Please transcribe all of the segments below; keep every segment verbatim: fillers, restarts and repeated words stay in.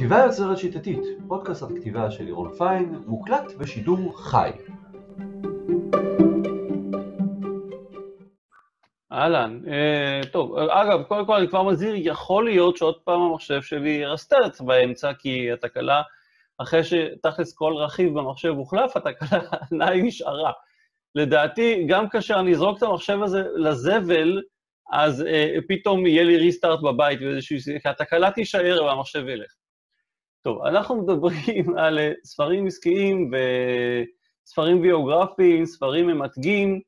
כתיבה יוצרת שיטתית, פודקאסט על כתיבה של לירון פיין, מוקלט בשידור חי. אהלן, טוב, אגב, קודם כל אני כבר מזהיר, יכול להיות שעוד פעם המחשב שלי רסטרט באמצע, כי התקלה, אחרי שתכלס כל רכיב במחשב הוחלף, התקלה עדיין נשארה. לדעתי, גם כאשר אני אזרוק את המחשב הזה לזבל, אז פתאום יהיה לי ריסטארט בבית, כי התקלה תישאר והמחשב ילך. טוב, אנחנו מדברים על ספרים עסקיים וספרים ביוגרפיים, ספרים ממתגים,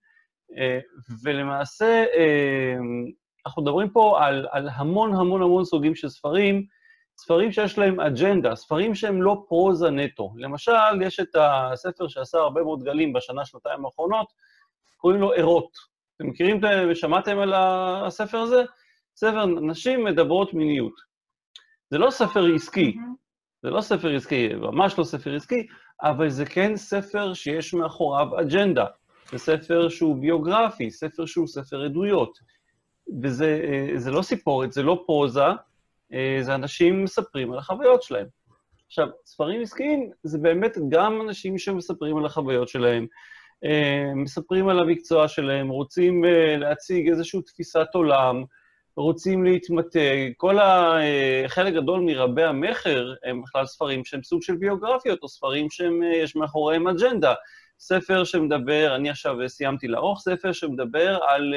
ולמעשה אנחנו מדברים פה על, על המון המון המון סוגים של ספרים, ספרים שיש להם אג'נדה, ספרים שהם לא פרוזה נטו. למשל, יש את הספר שעשה הרבה מאוד גלים בשנה, שנתיים האחרונות, קוראים לו ערות. אתם מכירים ושמעתם על הספר הזה? ספר נשים מדברות מיניות. זה לא ספר עסקי, זה לא ספר עסקי, ממש לא ספר עסקי, אבל זה כן ספר שיש מאחוריו אג'נדה. זה ספר שהוא ביוגרפי, ספר שהוא ספר עדויות. וזה זה לא סיפורת, זה לא פרוזה, זה אנשים מספרים על החוויות שלהם. עכשיו, ספרים עסקיים זה באמת גם אנשים שמספרים על החוויות שלהם, מספרים על המקצוע שלהם, רוצים להציג איזושהי תפיסת עולם, רוצים להתמתג. כל החלק גדול מרבי המחר הם בכלל ספרים שהם סוג של ביוגרפיות, או ספרים שיש מאחוריהם אג'נדה. ספר שמדבר, אני עכשיו סיימתי לערוך, ספר שמדבר על,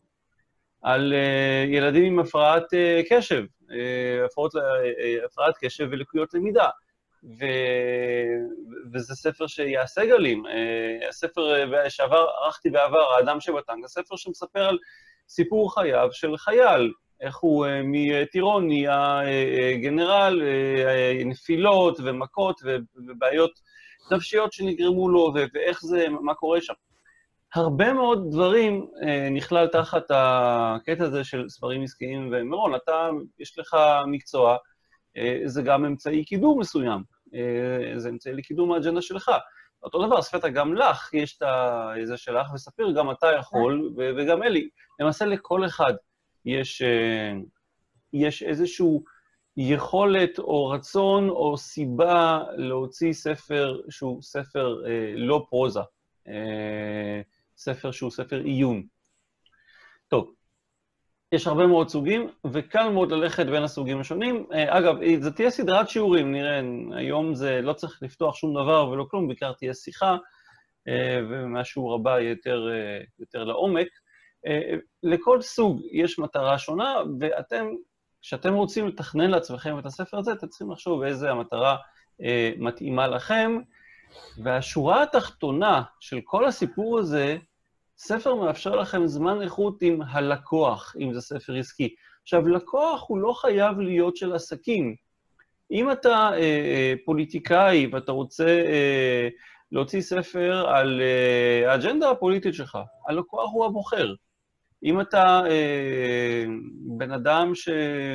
על ילדים עם הפרעת קשב, הפרעות, הפרעת קשב ולקויות למידה. ו... וזה ספר שיעשה גלים. הספר שעבר, ערכתי בעבר, האדם שבטנק, הספר שמספר על סיפור חייו של חייל, איך הוא מטירון נהיה גנרל, נפילות ומכות ובעיות נפשיות שנגרמו לו, ואיך זה, מה קורה שם. הרבה מאוד דברים נכלל תחת הקטע הזה של ספרים עסקיים, ומרון, אתה, יש לך מקצוע, זה גם אמצעי קידום מסוים, זה אמצעי לקידום האג'נדה שלך. אותו דבר, ספטה, גם לך יש את זה שלך, וספיר, גם אתה יכול, וגם אלי. למעשה לכל אחד יש, יש איזשהו יכולת או רצון או סיבה להוציא ספר שהוא ספר לא פרוזה, ספר שהוא ספר עיון. טוב, יש הרבה מאוד סוגים, וקל מאוד ללכת בין הסוגים השונים. אגב, זה תהיה סדרת שיעורים, נראה, היום זה לא צריך לפתוח שום דבר ולא כלום, בעיקר תהיה שיחה, ומהשיעור הבא יותר, יותר לעומק. לכל סוג יש מטרה שונה, ואתם, כשאתם רוצים לתכנן לעצמכם את הספר הזה, אתם צריכים לחשוב איזה המטרה מתאימה לכם, והשורה התחתונה של כל הסיפור הזה, ספר מאפשר לכם זמן איכות עם הלקוח, אם זה ספר עסקי. עכשיו, לקוח הוא לא חייב להיות של עסקים. אם אתה אה, אה, פוליטיקאי ואתה רוצה אה, להוציא ספר על אה, האג'נדה הפוליטית שלך, הלקוח הוא הבוחר. אם אתה אה, בן אדם ש...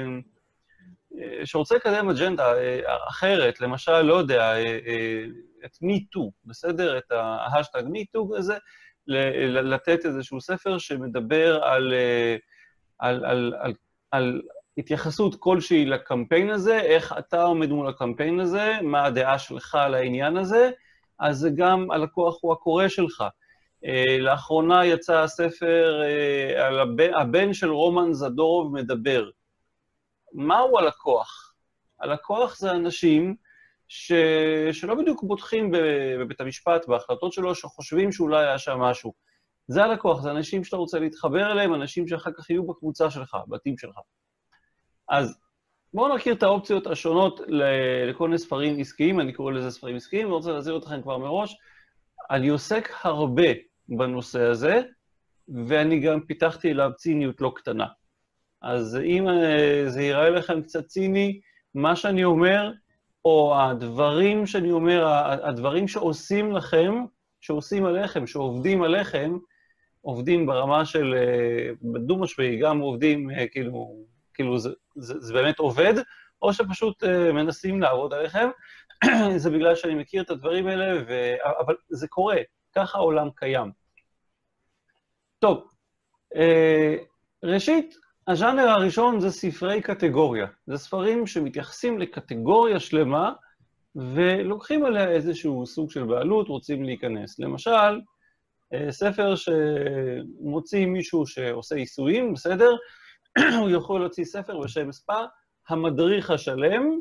אה, שרוצה לקדם אג'נדה אה, אחרת, למשל, לא יודע, אה, אה, את מיטו, בסדר? את ההשטג מיטו הזה, לתת איזשהו ספר שמדבר על, על, על, על, על התייחסות כלשהי לקמפיין הזה, איך אתה עומד מול הקמפיין הזה, מה הדעה שלך על העניין הזה, אז זה גם הלקוח הוא הקורא שלך. לאחרונה יצא הספר על הבן, הבן של רומן זדורוב מדבר. מהו הלקוח? הלקוח זה אנשים ש... שלא בדיוק בוטחים בבית המשפט, בהחלטות שלו, שחושבים שאולי היה שם משהו. זה הלקוח, זה אנשים שאתה רוצה להתחבר אליהם, אנשים שאחר כך יהיו בקבוצה שלך, בתים שלך. אז בואו נכיר את האופציות השונות לכל מיני ספרים עסקיים, אני קורא לזה ספרים עסקיים, ואני רוצה להזהיר אתכם כבר מראש. אני עוסק הרבה בנושא הזה, ואני גם פיתחתי אליו ציניות לא קטנה. אז אם זה ייראה לכם קצת ציני, מה שאני אומר, או הדברים שאני אומר, הדברים שעושים לכם, שעושים עליכם, שעובדים עליכם, עובדים ברמה של, בדו משמעי, גם עובדים, כאילו, כאילו זה, זה, זה באמת עובד, או שפשוט מנסים לעבוד עליכם, זה בגלל שאני מכיר את הדברים האלה, ו... אבל זה קורה, ככה העולם קיים. טוב, ראשית, הז'אנר הראשון זה ספרי קטגוריה. זה ספרים שמתייחסים לקטגוריה שלמה, ולוקחים עליה איזשהו סוג של בעלות, רוצים להיכנס. למשל, ספר שמוציא מישהו שעושה עיסויים, בסדר? הוא יכול להוציא ספר בשם ספא, המדריך השלם,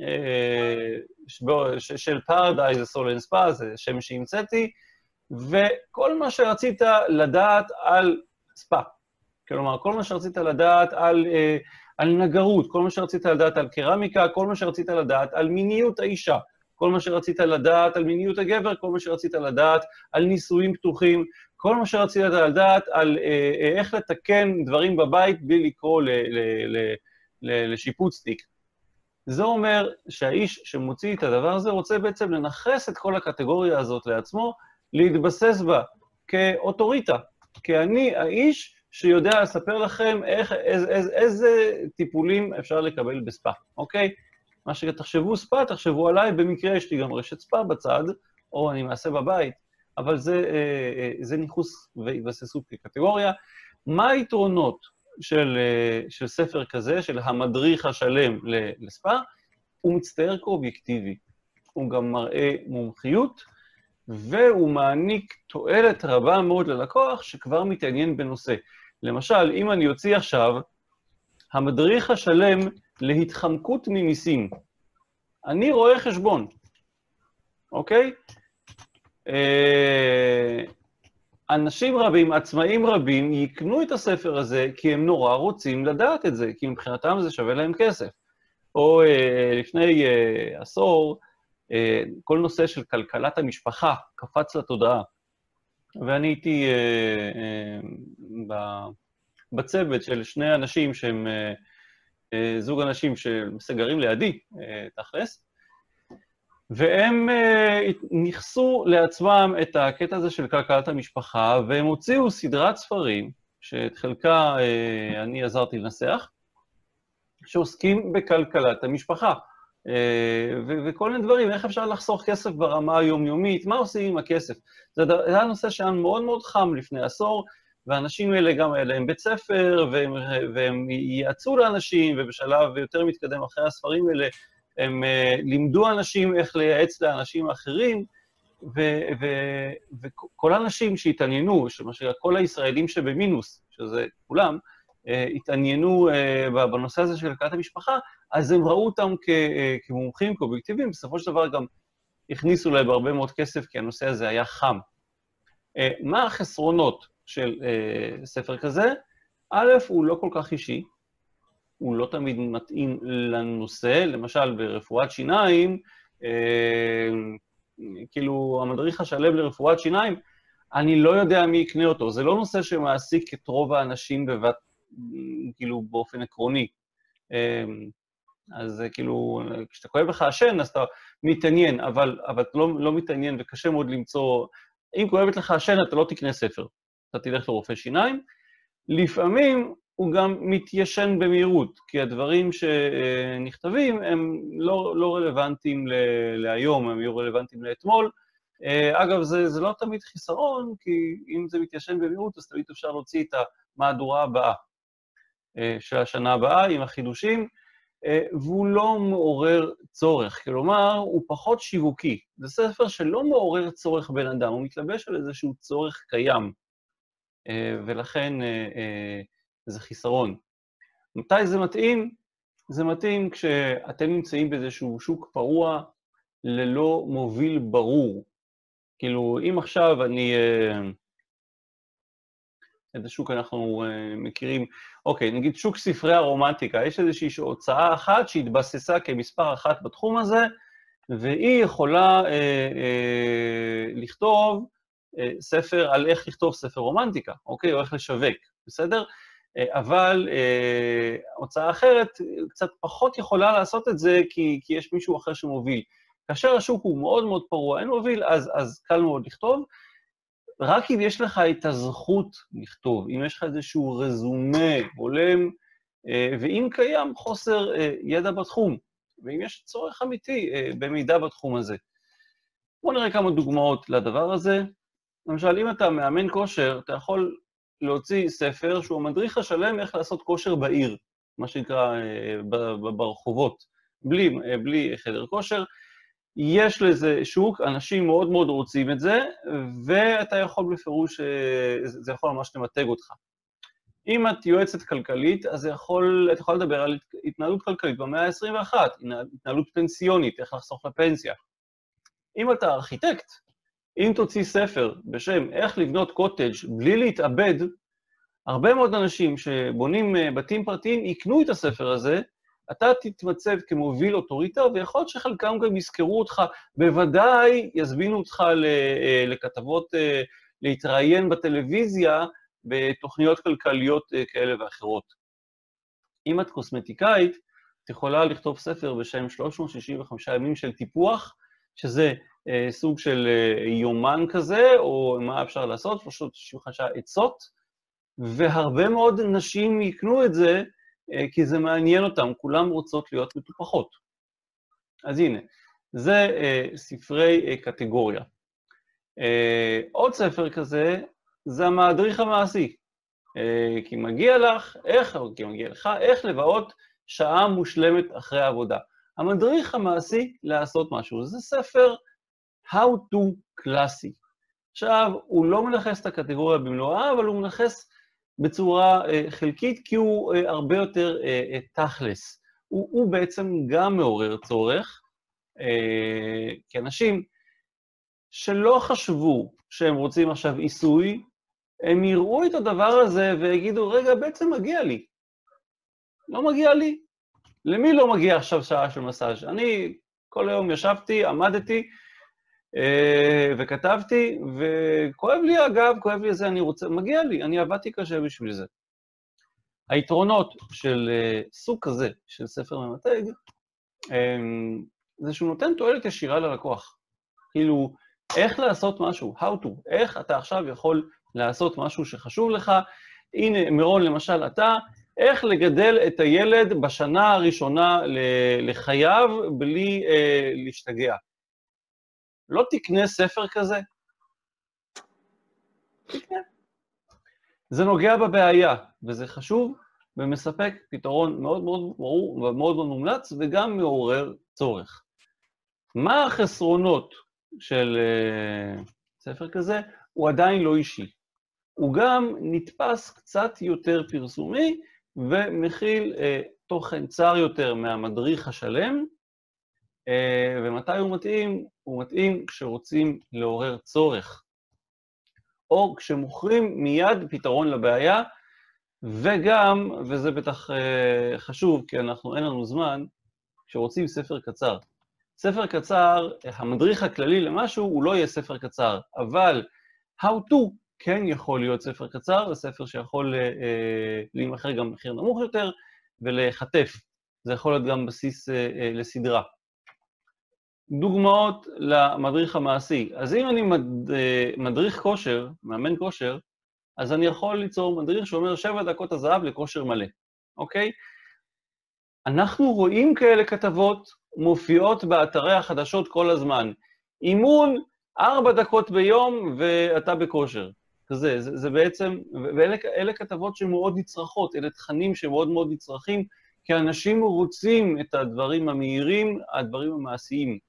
של פרדייז סולן ספא, זה שם שהמצאתי, וכל מה שרצית לדעת על ספא. כלומר, כל מה שרצית לדעת על, על נגרות, כל מה שרצית לדעת על קרמיקה, כל מה שרצית לדעת על מיניות האישה, כל מה שרצית לדעת על מיניות הגבר, כל מה שרצית לדעת על ניסויים פתוחים, כל מה שרצית לדעת על איך לתקן דברים בבית בלי לקרוא ל, ל, ל, ל, לשיפוצניק. זה אומר שהאיש שמוציא את הדבר הזה רוצה בעצם לנחס את כל הקטגוריה הזאת לעצמו, להתבסס בה כאוטוריטה, כי אני האיש שיודע לספר לכם איך, איזה, איזה, איזה טיפולים אפשר לקבל בספא, אוקיי? מה שתחשבו ספא, תחשבו עליי, במקרה יש לי גם רשת ספא בצד, או אני מעשה בבית, אבל זה, זה ניחוס והתבססות כקטגוריה. מה היתרונות של, של ספר כזה, של המדריך השלם לספא? הוא מצטייר כאובייקטיבי, הוא גם מראה מומחיות, והוא מעניק תועלת רבה מאוד ללקוח שכבר מתעניין בנושא. למשל, אם אני אוציא עכשיו, המדריך השלם להתחמקות ממיסים. אני רואה חשבון, אוקיי? אנשים רבים, עצמאים רבים, יקנו את הספר הזה כי הם נורא רוצים לדעת את זה, כי מבחינתם זה שווה להם כסף. או לפני עשור, כל נושא של כלכלת המשפחה קפץ לתודעה, ואני הייתי בצוות של שני אנשים שהם זוג אנשים שמסגרים לידי, תכלס, והם נכסו לעצמם את הקטע הזה של כלכלת המשפחה, והם הוציאו סדרת ספרים, שאת חלקה אני עזרתי לנסח, שעוסקים בכלכלת המשפחה. וכל מיני דברים, איך אפשר לחסוך כסף ברמה היומיומית, מה עושים עם הכסף. זה היה נושא שהיה מאוד מאוד חם לפני עשור, והאנשים האלה גם היה להם בית ספר, והם, והם ייעצו לאנשים, ובשלב יותר מתקדם אחרי הספרים האלה, הם לימדו אנשים איך לייעץ לאנשים האחרים, וכל האנשים שהתעניינו, כל הישראלים שבמינוס, שזה כולם, התעניינו בנושא הזה של כלכלת המשפחה, אז הם ראו אותם כמומחים, כאובייקטיביים, בסופו של דבר גם הכניסו להם הרבה מאוד כסף, כי הנושא הזה היה חם. מה החסרונות של ספר כזה? א', הוא לא כל כך אישי, הוא לא תמיד מתאים לנושא, למשל ברפואת שיניים, כאילו המדריך השלם לרפואת שיניים, אני לא יודע מי יקנה אותו, זה לא נושא שמעסיק את רוב האנשים בבת, כאילו באופן עקרוני. אז כאילו, כשאתה כואב לך השן, אז אתה מתעניין, אבל, אבל אתה לא, לא מתעניין וקשה מאוד למצוא, אם כואבת לך השן, אתה לא תקנה ספר, אתה תלך לרופא שיניים. לפעמים הוא גם מתיישן במהירות, כי הדברים שנכתבים הם לא, לא רלוונטיים להיום, הם יהיו רלוונטיים לאתמול. אגב, זה, זה לא תמיד חיסרון, כי אם זה מתיישן במהירות, אז תמיד אפשר להוציא את המהדורה הבאה של השנה הבאה עם החידושים, והוא לא מעורר צורך, כלומר, הוא פחות שיווקי. זה ספר שלא מעורר צורך בן אדם, הוא מתלבש על איזשהו צורך קיים, ולכן זה חיסרון. מתי זה מתאים? זה מתאים כשאתם נמצאים באיזשהו שוק פרוע, ללא מוביל ברור. כאילו, אם עכשיו אני... איזה שוק אנחנו מכירים, אוקיי, נגיד שוק ספרי הרומנטיקה, יש איזושהי הוצאה אחת שהתבססה כמספר אחת בתחום הזה, והיא יכולה אה, אה, לכתוב אה, ספר על איך לכתוב ספר רומנטיקה, אוקיי, או איך לשווק, בסדר? אה, אבל אה, הוצאה אחרת קצת פחות יכולה לעשות את זה, כי, כי יש מישהו אחר שמוביל. כאשר השוק הוא מאוד מאוד פרוע, אין מוביל, אז, אז קל מאוד לכתוב, רק אם יש לך את הזכות לכתוב, אם יש לך איזשהו רזומה הולם, ואם קיים חוסר ידע בתחום, ואם יש צורך אמיתי במידע בתחום הזה. בואו נראה כמה דוגמאות לדבר הזה. למשל, אם אתה מאמן כושר, אתה יכול להוציא ספר שהוא המדריך השלם איך לעשות כושר בעיר, מה שנקרא ברחובות, בלי, בלי חדר כושר. יש לזה שוק, אנשים מאוד מאוד רוצים את זה, ואתה יכול בפירוש, זה יכול ממש למתג אותך. אם את יועצת כלכלית, אז זה יכול, את יכולה לדבר על התנהלות כלכלית במאה ה-עשרים ואחת, התנהלות פנסיונית, איך לחסוך לפנסיה. אם אתה ארכיטקט, אם תוציא ספר בשם איך לבנות קוטג' בלי להתאבד, הרבה מאוד אנשים שבונים בתים פרטיים יקנו את הספר הזה, אתה תתמצב כמוביל אוטוריטה, ויכול להיות שחלקם גם יזכרו אותך, בוודאי יזמינו אותך לכתבות, להתראיין בטלוויזיה, בתוכניות כלכליות כאלה ואחרות. אם את קוסמטיקאית, את יכולה לכתוב ספר בשם שלוש מאות שישים וחמישה ימים של טיפוח, שזה אה, סוג של אה, יומן כזה, או מה אפשר לעשות, שלוש מאות שישים וחמש עצות, והרבה מאוד נשים יקנו את זה, אה, כי זה מעניין אותם, כולם רוצות להיות מטופחות. אז הנה, זה אה, ספרי אה, קטגוריה. אה, עוד ספר כזה, זה המדריך המעשי. אה, כי מגיע לך, איך, או כי מגיע לך, איך לבאות שעה מושלמת אחרי העבודה. המדריך המעשי לעשות משהו. זה ספר How to קלאסי. עכשיו, הוא לא מנכס את הקטגוריה במלואה, אבל הוא מנכס בצורה אה, חלקית, כי הוא אה, הרבה יותר אה, תכלס. הוא, הוא בעצם גם מעורר צורך, אה, כי אנשים שלא חשבו שהם רוצים עכשיו עיסוי, הם יראו את הדבר הזה ויגידו, רגע, בעצם מגיע לי. לא מגיע לי. למי לא מגיע עכשיו שעה של מסאז'? אני כל היום ישבתי, עמדתי אה, וכתבתי, וכואב לי אגב, כואב לי זה, אני רוצה, מגיע לי, אני עבדתי קשה בשביל זה. היתרונות של אה, סוג כזה, של ספר ממתג, אה, זה שהוא נותן תועלת ישירה ללקוח. כאילו, איך לעשות משהו, how to, איך אתה עכשיו יכול לעשות משהו שחשוב לך. הנה, מירון, למשל, אתה, איך לגדל את הילד בשנה הראשונה לחייו בלי אה, להשתגע. לא תקנה ספר כזה? תקנה. זה נוגע בבעיה, וזה חשוב ומספק פתרון מאוד מאוד ברור ומאוד מאוד מומלץ, וגם מעורר צורך. מה החסרונות של אה, ספר כזה? הוא עדיין לא אישי. הוא גם נתפס קצת יותר פרסומי, ומכיל אה, תוכן צר יותר מהמדריך השלם, אה, ומתי הוא מתאים? הוא מתאים כשרוצים לעורר צורך, או כשמוכרים מיד פתרון לבעיה, וגם, וזה בטח אה, חשוב, כי אנחנו אין לנו זמן, כשרוצים ספר קצר. ספר קצר, המדריך הכללי למשהו, הוא לא יהיה ספר קצר, אבל how to כן יכול להיות ספר קצר, זה ספר שיכול אה, להימכר גם מחיר נמוך יותר, ולחטף. זה יכול להיות גם בסיס אה, אה, לסדרה. דוגמאות למדריך המעשי. אז אם אני מד, אה, מדריך כושר, מאמן כושר, אז אני יכול ליצור מדריך שאומר שבע דקות הזהב לכושר מלא, אוקיי? אנחנו רואים כאלה כתבות מופיעות באתרי החדשות כל הזמן. אימון, ארבע דקות ביום ואתה בכושר. כזה, זה, זה בעצם, ואלה כתבות שמאוד נצרכות, אלה תכנים שמאוד מאוד נצרכים, כי אנשים רוצים את הדברים המהירים, הדברים המעשיים.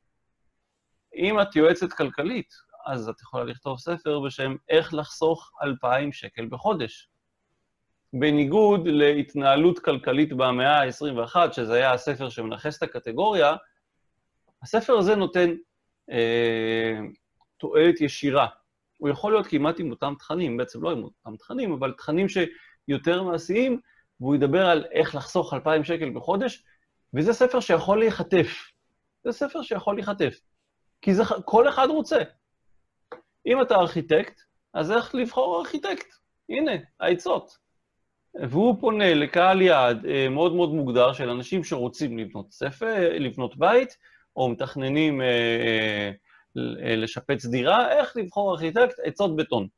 אם את יועצת כלכלית, אז את יכולה לכתוב ספר בשם איך לחסוך אלפיים שקל בחודש. בניגוד להתנהלות כלכלית במאה ה-עשרים ואחת, שזה היה הספר שמנכס את הקטגוריה, הספר הזה נותן אה, תועלת ישירה. הוא יכול להיות כמעט עם אותם תכנים, בעצם לא עם אותם תכנים, אבל תכנים שיותר מעשיים, והוא ידבר על איך לחסוך אלפיים שקל בחודש, וזה ספר שיכול להיחטף. זה ספר שיכול להיחטף. כי זה, כל אחד רוצה. אם אתה ארכיטקט, אז איך לבחור ארכיטקט? הנה, העצות. והוא פונה לקהל יעד מאוד מאוד מוגדר של אנשים שרוצים לבנות ספר, לבנות בית, או מתכננים אה, לשפץ דירה, איך לבחור ארכיטקט, עצות בטון.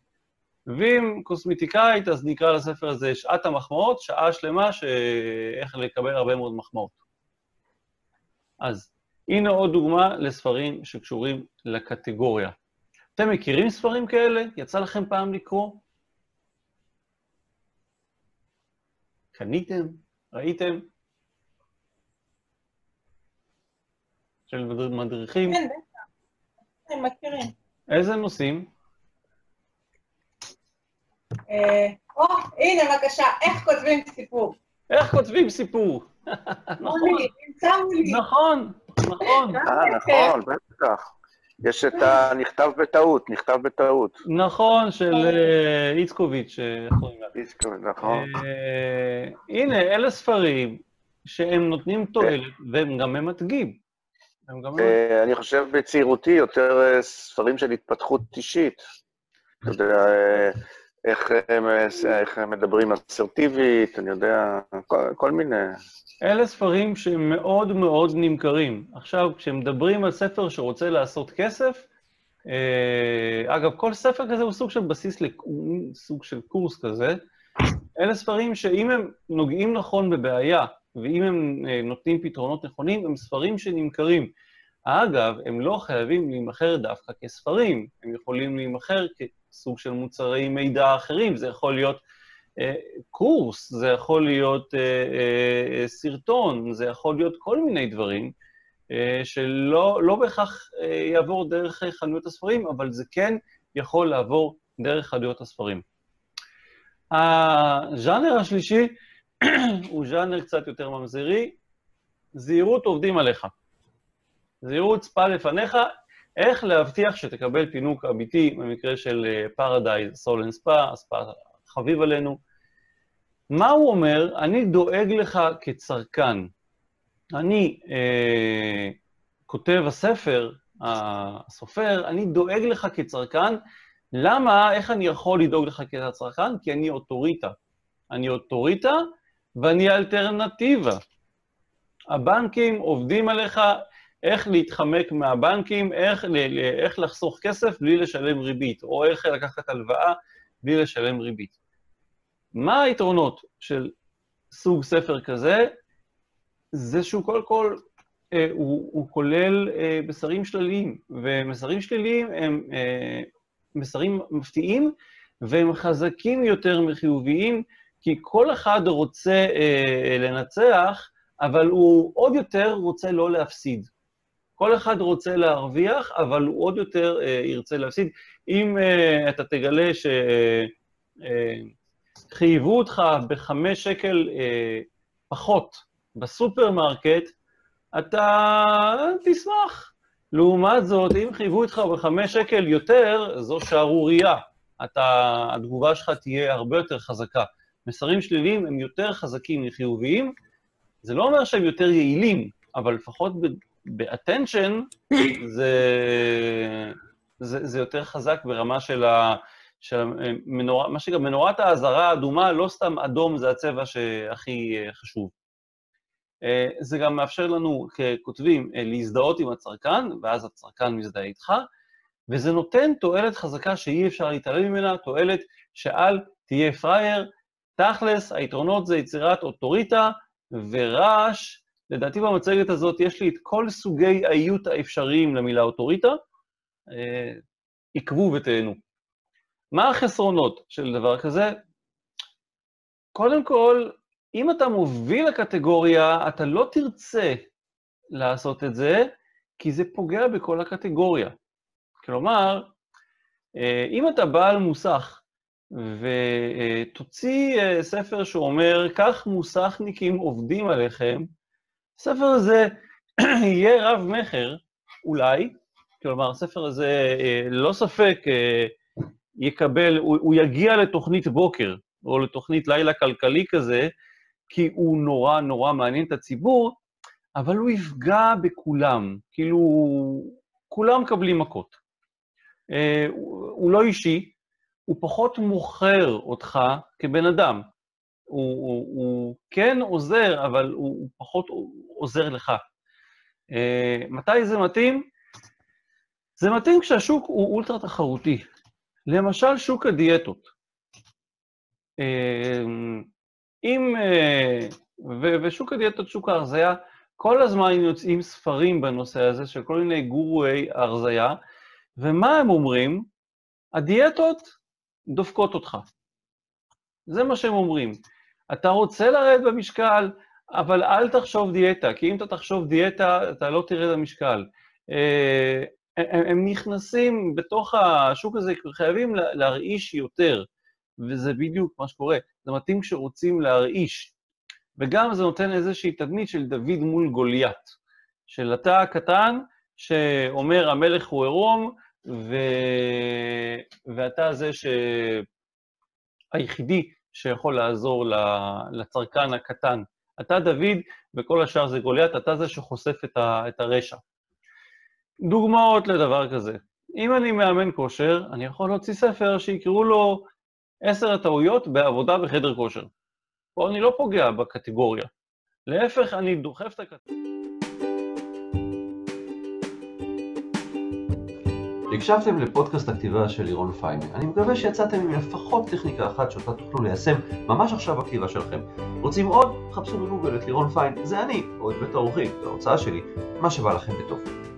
ואם קוסמטיקאית, אז נקרא לספר הזה שעת המחמאות, שעה שלמה שאיך לקבל הרבה מאוד מחמאות. אז הנה עוד דוגמה לספרים שקשורים לקטגוריה. אתם מכירים ספרים כאלה? יצא לכם פעם לקרוא? קניתם? ראיתם? של מדריכים? כן, בטח. הם מכירים. איזה נושאים? או, הנה, בבקשה, איך כותבים סיפור? איך כותבים סיפור? נכון, מולי, נמצא מולי. נכון, נכון. אה, נכון, בטח. יש את הנכתב בטעות, נכתב בטעות. נכון, של איצקוביץ', נכון. הנה, אלה ספרים שהם נותנים תועלת והם גם ממתגים. אני חושב בצעירותי יותר ספרים של התפתחות אישית. אתה יודע, איך הם מדברים אסרטיבית, אני יודע, כל מיני. אלה ספרים שהם מאוד מאוד נמכרים. עכשיו, כשמדברים על ספר שרוצה לעשות כסף, אגב, כל ספר כזה הוא סוג של בסיס, סוג של קורס כזה, אלה ספרים שאם הם נוגעים נכון בבעיה, ואם הם נותנים פתרונות נכונים, הם ספרים שנמכרים. אגב, הם לא חייבים להימכר דווקא כספרים, הם יכולים להימכר כסוג של מוצרי מידע אחרים, זה יכול להיות אה, קורס, זה יכול להיות אה, אה, סרטון, זה יכול להיות כל מיני דברים, אה, שלא לא בהכרח אה, יעבור דרך חנויות הספרים, אבל זה כן יכול לעבור דרך חנויות הספרים. הז'אנר השלישי הוא ז'אנר קצת יותר ממזרי, זהירות עובדים עליך. זהירות צפה לפניך, איך להבטיח שתקבל פינוק אמיתי, במקרה של פרדייז, סול אנד ספא, הספא חביב עלינו. מה הוא אומר? אני דואג לך כצרכן. אני אה, כותב הספר, הסופר, אני דואג לך כצרכן. למה? איך אני יכול לדאוג לך כצרכן? כי אני אוטוריטה. אני אוטוריטה ואני אלטרנטיבה. הבנקים עובדים עליך, איך להתחמק מהבנקים, איך, איך לחסוך כסף בלי לשלם ריבית, או איך לקחת הלוואה בלי לשלם ריבית. מה היתרונות של סוג ספר כזה? זה שהוא כל כל, אה, הוא, הוא כולל אה, מסרים שליליים, ומסרים שליליים הם אה, מסרים מפתיעים, והם חזקים יותר מחיוביים, כי כל אחד רוצה אה, לנצח, אבל הוא עוד יותר רוצה לא להפסיד. כל אחד רוצה להרוויח, אבל הוא עוד יותר אה, ירצה להפסיד. אם אה, אתה תגלה שחייבו אה, אותך בחמש שקל אה, פחות בסופרמרקט, אתה תשמח. לעומת זאת, אם חייבו אותך בחמש שקל יותר, זו שערורייה. אתה, התגובה שלך תהיה הרבה יותר חזקה. מסרים שליליים הם יותר חזקים מחיוביים, זה לא אומר שהם יותר יעילים, אבל לפחות ב-attention זה, זה, זה יותר חזק ברמה של, ה, של המנור, מה שגם מנורת האזהרה האדומה, לא סתם אדום זה הצבע שהכי חשוב. זה גם מאפשר לנו ככותבים להזדהות עם הצרכן, ואז הצרכן מזדהה איתך, וזה נותן תועלת חזקה שאי אפשר להתעלם ממנה, תועלת שאל תהיה פרייר, תכלס, היתרונות זה יצירת אוטוריטה ורעש. לדעתי במצגת הזאת יש לי את כל סוגי האיות האפשריים למילה אוטוריטה, עקבו ותהנו. מה החסרונות של דבר כזה? קודם כל, אם אתה מוביל לקטגוריה, אתה לא תרצה לעשות את זה, כי זה פוגע בכל הקטגוריה. כלומר, אם אתה בעל מוסך, ותוציא ספר שאומר, כך מוסכניקים עובדים עליכם, הספר הזה יהיה רב מחר, אולי, כלומר, הספר הזה לא ספק יקבל, הוא, הוא יגיע לתוכנית בוקר, או לתוכנית לילה כלכלי כזה, כי הוא נורא נורא מעניין את הציבור, אבל הוא יפגע בכולם, כאילו, כולם מקבלים מכות. הוא, הוא לא אישי, הוא פחות מוכר אותך כבן אדם. הוא, הוא, הוא כן עוזר, אבל הוא, הוא פחות עוזר לך. מתי זה מתאים? זה מתאים כשהשוק הוא אולטרה תחרותי. למשל, שוק הדיאטות. אם, ושוק הדיאטות, שוק ההרזיה, כל הזמן יוצאים ספרים בנושא הזה, של כל מיני גורואי ההרזיה, ומה הם אומרים? הדיאטות דופקות אותך. זה מה שהם אומרים. אתה רוצה לרדת במשקל, אבל אל תחשוב דיאטה, כי אם אתה תחשוב דיאטה, אתה לא תרד במשקל. הם, הם נכנסים בתוך השוק הזה, חייבים להרעיש יותר, וזה בדיוק מה שקורה. זה מתאים כשרוצים להרעיש. וגם זה נותן איזושהי תדמית של דוד מול גוליית, של אתה הקטן שאומר המלך הוא עירום, ו... ואתה זה שהיחידי שיכול לעזור לצרכן הקטן. אתה דוד וכל השאר זה גוליית, אתה זה שחושף את, ה... את הרשע. דוגמאות לדבר כזה. אם אני מאמן כושר, אני יכול להוציא ספר שיקראו לו עשר הטעויות בעבודה בחדר כושר. פה אני לא פוגע בקטגוריה. להפך, אני דוחף את הקטגוריה. הקשבתם לפודקאסט הכתיבה של לירון פיין. אני מקווה שיצאתם עם לפחות טכניקה אחת שאותה תוכלו ליישם ממש עכשיו בכתיבה שלכם. רוצים עוד? חפשו בגוגל את לירון פיין, זה אני, או את בית האורחים, ההוצאה שלי, מה שבא לכם בטוב.